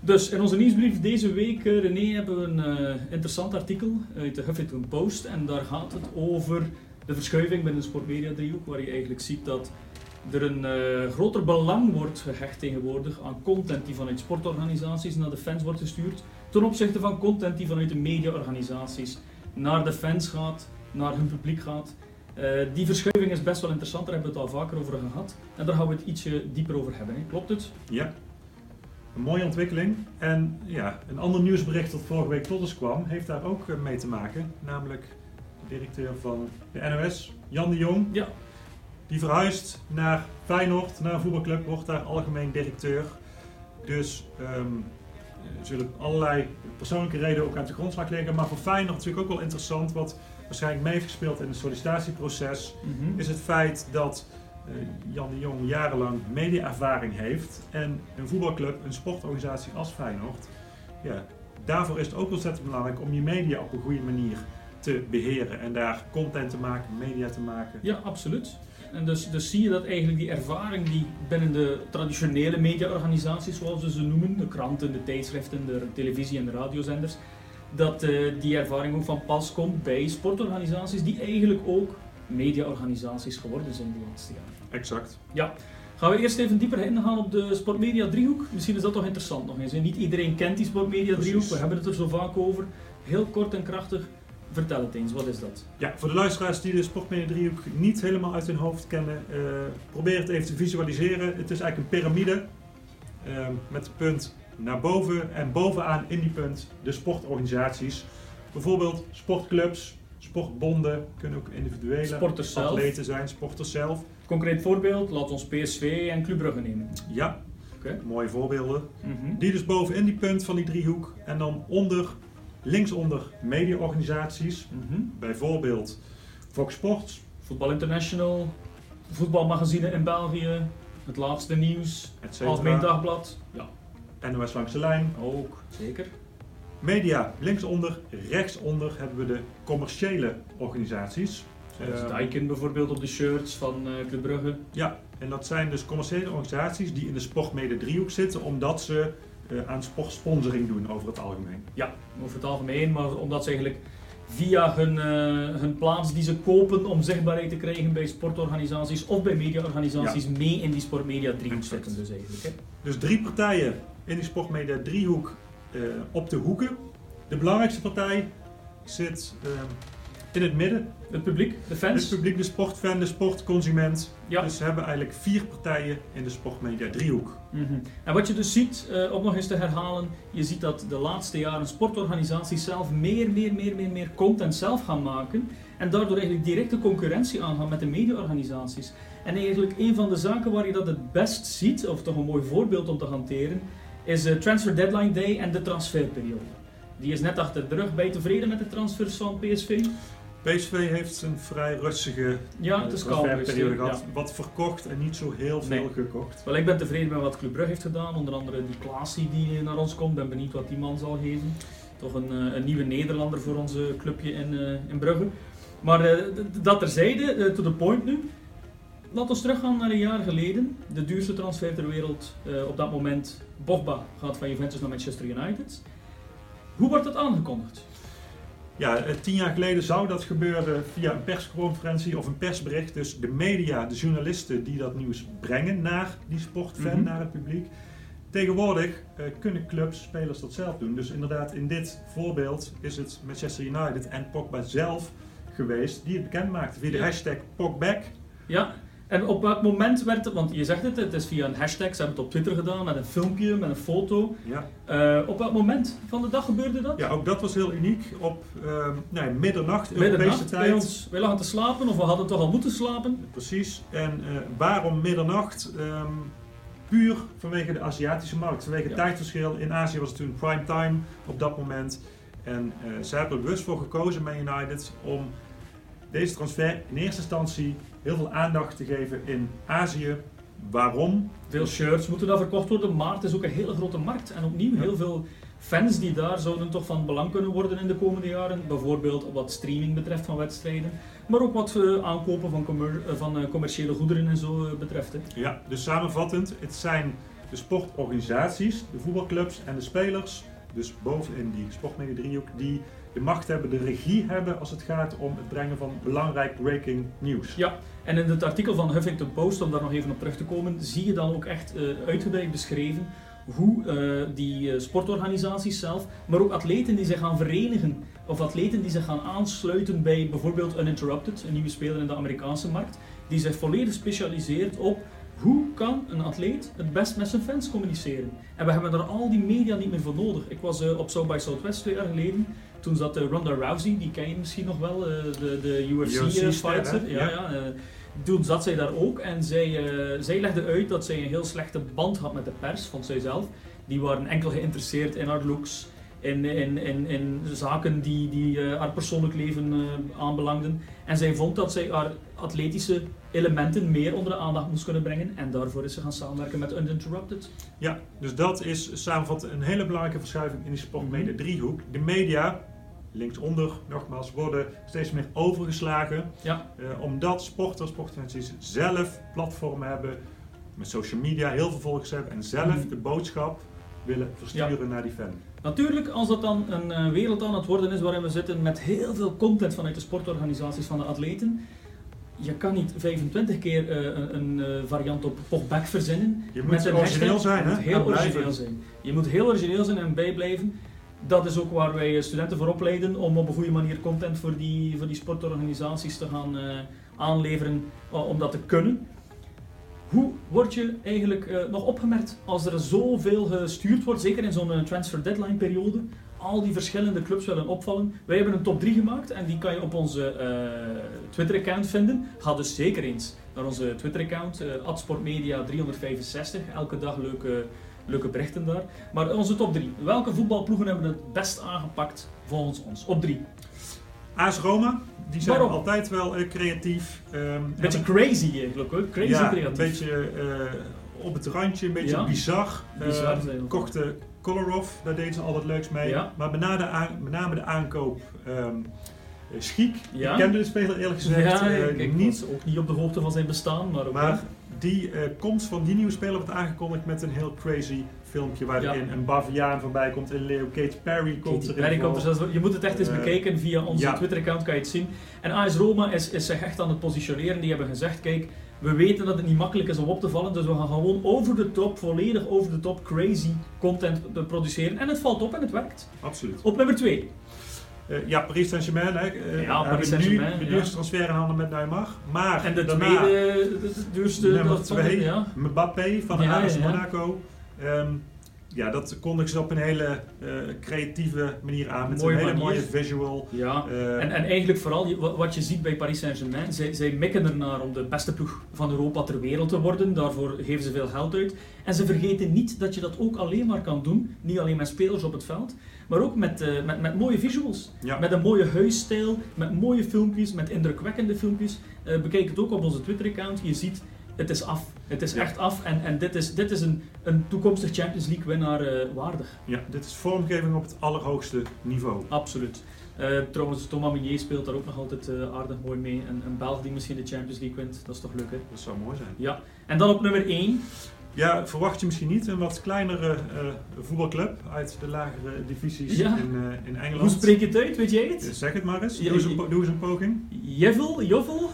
Dus in onze nieuwsbrief deze week, René, hebben we een interessant artikel uit de Huffington Post. En daar gaat het over de verschuiving binnen de sportmedia-driehoek, waar je eigenlijk ziet dat er een groter belang wordt gehecht tegenwoordig aan content die vanuit sportorganisaties naar de fans wordt gestuurd, ten opzichte van content die vanuit de mediaorganisaties naar de fans gaat, naar hun publiek gaat. Die verschuiving is best wel interessant, daar hebben we het al vaker over gehad. En daar gaan we het ietsje dieper over hebben. Hè. Klopt het? Ja, een mooie ontwikkeling. En ja, een ander nieuwsbericht dat vorige week tot ons kwam, heeft daar ook mee te maken. Namelijk de directeur van de NOS, Jan de Jong. Ja. Die verhuist naar Feyenoord, naar een voetbalclub, wordt daar algemeen directeur. Dus zullen allerlei persoonlijke redenen ook aan de grondslag liggen. Maar voor Feyenoord natuurlijk ook wel interessant, wat waarschijnlijk mee heeft gespeeld in het sollicitatieproces, is het feit dat Jan de Jong jarenlang media-ervaring heeft en een voetbalclub, een sportorganisatie als Feyenoord, ja, daarvoor is het ook ontzettend belangrijk om je media op een goede manier te beheren en daar content te maken, media te maken. Ja, absoluut. En dus zie je dat eigenlijk die ervaring die binnen de traditionele mediaorganisaties, zoals we ze noemen, de kranten, de tijdschriften, de televisie- en de radiozenders, dat die ervaring ook van pas komt bij sportorganisaties die eigenlijk ook mediaorganisaties geworden zijn de laatste jaren. Exact. Ja. Gaan we eerst even dieper ingaan op de sportmedia-driehoek? Misschien is dat toch interessant nog eens. Hè? Niet iedereen kent die sportmedia-driehoek, we hebben het er zo vaak over. Heel kort en krachtig, vertel het eens, wat is dat? Ja, voor de luisteraars die de sportmedia-driehoek niet helemaal uit hun hoofd kennen, probeer het even te visualiseren. Het is eigenlijk een piramide met de punt naar boven en bovenaan in die punt de sportorganisaties. Bijvoorbeeld sportclubs, sportbonden, kunnen ook individuele Sporters zelf. atleten zijn, sporters zelf. Concreet voorbeeld, laat ons PSV en Club Brugge nemen. Ja, Okay. mooie voorbeelden. Mm-hmm. Die dus bovenin die punt van die driehoek en dan linksonder mediaorganisaties. Mm-hmm. Bijvoorbeeld Fox Sports, Voetbal International, voetbalmagazine in België, het laatste nieuws, etc. Algemeen Dagblad. Ja, NOS langs de lijn. ook, zeker. Media, linksonder, rechtsonder hebben we de commerciële organisaties. Zoals Daikin bijvoorbeeld op de shirts van Club Brugge. Ja, en dat zijn dus commerciële organisaties die in de sportmedia driehoek zitten, omdat ze aan sportsponsoring doen over het algemeen. Ja, over het algemeen, maar omdat ze eigenlijk via hun plaats die ze kopen om zichtbaarheid te krijgen bij sportorganisaties of bij mediaorganisaties mee in die sportmedia driehoek zitten dus eigenlijk. Hè. Dus 3 partijen in die sportmedia driehoek op de hoeken. De belangrijkste partij zit in het midden. Het publiek, de fans. Het publiek, de sportfan, de sportconsument. Ja. Dus we hebben eigenlijk 4 partijen in de sportmedia driehoek. Mm-hmm. En wat je dus ziet, om nog eens te herhalen, je ziet dat de laatste jaren sportorganisaties zelf meer content zelf gaan maken en daardoor eigenlijk directe concurrentie aangaan met de mediaorganisaties. En eigenlijk een van de zaken waar je dat het best ziet, of toch een mooi voorbeeld om te hanteren, is Transfer Deadline Day en de transferperiode. Die is net achter de rug. Ben je tevreden met de transfers van PSV? PSV heeft een vrij rustige transferperiode gehad. Wat verkocht en niet zo heel veel gekocht. Wel, ik ben tevreden met wat Club Brugge heeft gedaan. Onder andere die Klaasie die naar ons komt. Ben benieuwd wat die man zal geven. Toch een nieuwe Nederlander voor onze clubje in Brugge. Maar dat terzijde, to the point nu. Laten we teruggaan naar een jaar geleden. De duurste transfer ter wereld op dat moment. Pogba gaat van Juventus naar Manchester United. Hoe wordt dat aangekondigd? Ja, 10 jaar geleden zou dat gebeuren via een persconferentie of een persbericht. Dus de media, de journalisten die dat nieuws brengen naar die sportfan, naar het publiek. Tegenwoordig kunnen clubs, spelers dat zelf doen. Dus inderdaad, in dit voorbeeld is het Manchester United en Pogba zelf geweest die het bekend maakten via de hashtag Pogback. Ja. En op welk moment werd het, want je zegt het is via een hashtag, ze hebben het op Twitter gedaan met een filmpje, met een foto. Ja. Op welk moment van de dag gebeurde dat? Ja, ook dat was heel uniek. Op middernacht, Europese tijd. Wij lagen te slapen of we hadden toch al moeten slapen. Precies. En waarom middernacht? Puur vanwege de Aziatische markt, vanwege het tijdverschil. In Azië was het toen prime time op dat moment. En zij hebben er bewust voor gekozen met United om deze transfer in eerste instantie heel veel aandacht te geven in Azië. Waarom? Veel shirts moeten daar verkocht worden, maar het is ook een hele grote markt. En opnieuw heel veel fans die daar zouden toch van belang kunnen worden in de komende jaren. Bijvoorbeeld wat streaming betreft van wedstrijden. Maar ook wat aankopen van commerciële goederen en zo betreft. Hè. Ja, dus samenvattend, het zijn de sportorganisaties, de voetbalclubs en de spelers, dus bovenin die sportmedia driehoek, die de macht hebben, de regie hebben als het gaat om het brengen van belangrijk breaking nieuws. Ja, en in het artikel van Huffington Post, om daar nog even op terug te komen, zie je dan ook echt uitgebreid beschreven hoe die sportorganisaties zelf, maar ook atleten die zich gaan verenigen, of atleten die zich gaan aansluiten bij bijvoorbeeld Uninterrupted, een nieuwe speler in de Amerikaanse markt, die zich volledig specialiseert op hoe kan een atleet het best met zijn fans communiceren. En we hebben daar al die media niet meer voor nodig. Ik was op South by Southwest 2 jaar geleden. Toen zat Ronda Rousey, die ken je misschien nog wel, de UFC-fighter. Toen zat zij daar ook en zij legde uit dat zij een heel slechte band had met de pers, vond zij zelf. Die waren enkel geïnteresseerd in haar looks, in zaken die haar persoonlijk leven aanbelangden. En zij vond dat zij haar atletische elementen meer onder de aandacht moest kunnen brengen. En daarvoor is ze gaan samenwerken met Uninterrupted. Ja, dus dat is samenvattend een hele belangrijke verschuiving in die sportmedia driehoek. De media, linksonder nogmaals, worden steeds meer overgeslagen. Ja. Omdat sportorganisaties zelf platformen hebben, met social media heel veel volgers hebben en zelf de boodschap willen versturen naar die fan. Natuurlijk, als dat dan een wereld aan het worden is waarin we zitten met heel veel content vanuit de sportorganisaties van de atleten, je kan niet 25 keer een variant op Pogback verzinnen. Je moet origineel zijn, hè? Je moet heel origineel zijn en bijblijven. Dat is ook waar wij studenten voor opleiden, om op een goede manier content voor die sportorganisaties te gaan aanleveren, om dat te kunnen. Hoe word je eigenlijk nog opgemerkt als er zoveel gestuurd wordt, zeker in zo'n transfer deadline periode? Al die verschillende clubs willen opvallen. Wij hebben een top 3 gemaakt en die kan je op onze Twitter-account vinden. Ga dus zeker eens naar onze Twitter-account, @sportmedia365. Elke dag leuke berichten daar. Maar onze top 3. Welke voetbalploegen hebben het best aangepakt volgens ons? Op 3. AS Roma, die zijn altijd wel creatief. Beetje crazy eigenlijk hoor, creatief. Een beetje op het randje, een beetje bizar. Kochten Kolarov, daar deden ze al wat leuks mee. Ja. Maar met name de aankoop Schiek. Ik kende de speler eerlijk gezegd niet. Ook niet op de hoogte van zijn bestaan. Maar die komst van die nieuwe speler wordt aangekondigd met een heel crazy filmpje waarin een Baviaan voorbij komt, een Leo, Katy Perry komt erin. Je moet het echt eens bekijken, via onze Twitter-account kan je het zien. En AS Roma is zich echt aan het positioneren. Die hebben gezegd, kijk, we weten dat het niet makkelijk is om op te vallen, dus we gaan gewoon volledig over de top crazy content produceren. En het valt op en het werkt. Absoluut. Op nummer 2. Paris Saint-Germain. Paris Saint-Germain. De duurste transfer in handen met Neymar. Maar en de tweede duurste... Nummer 2, Mbappé van AS Monaco. Dat kondigen ze op een hele creatieve manier aan, met een hele mooie visual. Ja. En eigenlijk vooral wat je ziet bij Paris Saint-Germain, zij mikken ernaar om de beste ploeg van Europa ter wereld te worden, daarvoor geven ze veel geld uit. En ze vergeten niet dat je dat ook alleen maar kan doen, niet alleen met spelers op het veld, maar ook met mooie visuals. Ja. Met een mooie huisstijl, met mooie filmpjes, met indrukwekkende filmpjes. Bekijk het ook op onze Twitter-account, je ziet... Het is af. Het is echt af en dit is een toekomstig Champions League winnaar waardig. Ja, dit is vormgeving op het allerhoogste niveau. Absoluut. Trouwens, Thomas Meunier speelt daar ook nog altijd aardig mooi mee. Een Belg die misschien de Champions League wint, dat is toch leuk hè? Dat zou mooi zijn. Ja. En dan op nummer 1. Ja, verwacht je misschien niet. Een wat kleinere voetbalclub uit de lagere divisies in Engeland. Hoe spreek je het uit, weet jij het? Zeg het maar eens. Doe eens een poging. Jovel?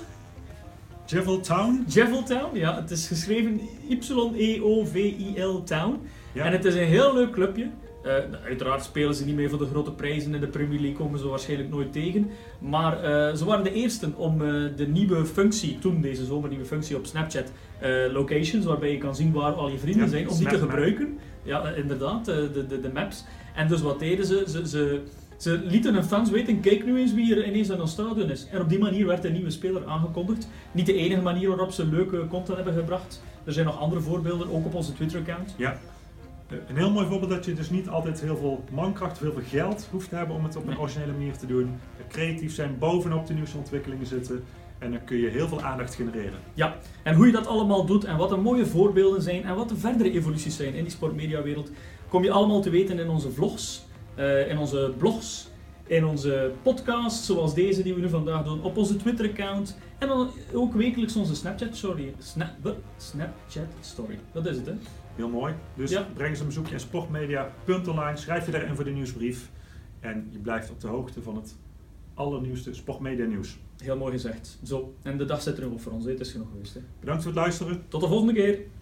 Yeovil Town, ja. Het is geschreven Y-E-O-V-I-L Town. Ja. En het is een heel leuk clubje. Uiteraard spelen ze niet meer voor de grote prijzen in de Premier League, komen ze waarschijnlijk nooit tegen. Maar ze waren de eersten om de nieuwe functie, toen deze zomer nieuwe functie op Snapchat, locations, waarbij je kan zien waar al je vrienden zijn, om die te gebruiken. Ja, inderdaad, de maps. En dus wat deden ze? Ze lieten hun fans weten, kijk nu eens wie er ineens in ons stadion is. En op die manier werd een nieuwe speler aangekondigd. Niet de enige manier waarop ze leuke content hebben gebracht. Er zijn nog andere voorbeelden, ook op onze Twitter-account. Ja. Een heel mooi voorbeeld dat je dus niet altijd heel veel mankracht of heel veel geld hoeft te hebben om het op een originele manier te doen. Creatief zijn, bovenop de nieuwste ontwikkelingen zitten. En dan kun je heel veel aandacht genereren. Ja, en hoe je dat allemaal doet en wat de mooie voorbeelden zijn en wat de verdere evoluties zijn in die sportmediawereld, kom je allemaal te weten in onze vlogs. In onze blogs, in onze podcast, zoals deze die we nu vandaag doen, op onze Twitter-account en dan ook wekelijks onze Snapchat story. Snapchat story, dat is het hè? Heel mooi. Dus breng eens een bezoekje in sportmedia.online, schrijf je daarin voor de nieuwsbrief en je blijft op de hoogte van het allernieuwste sportmedia nieuws. Heel mooi gezegd. Zo, en de dag zit er nog op voor ons, het is genoeg geweest. Hè? Bedankt voor het luisteren. Tot de volgende keer.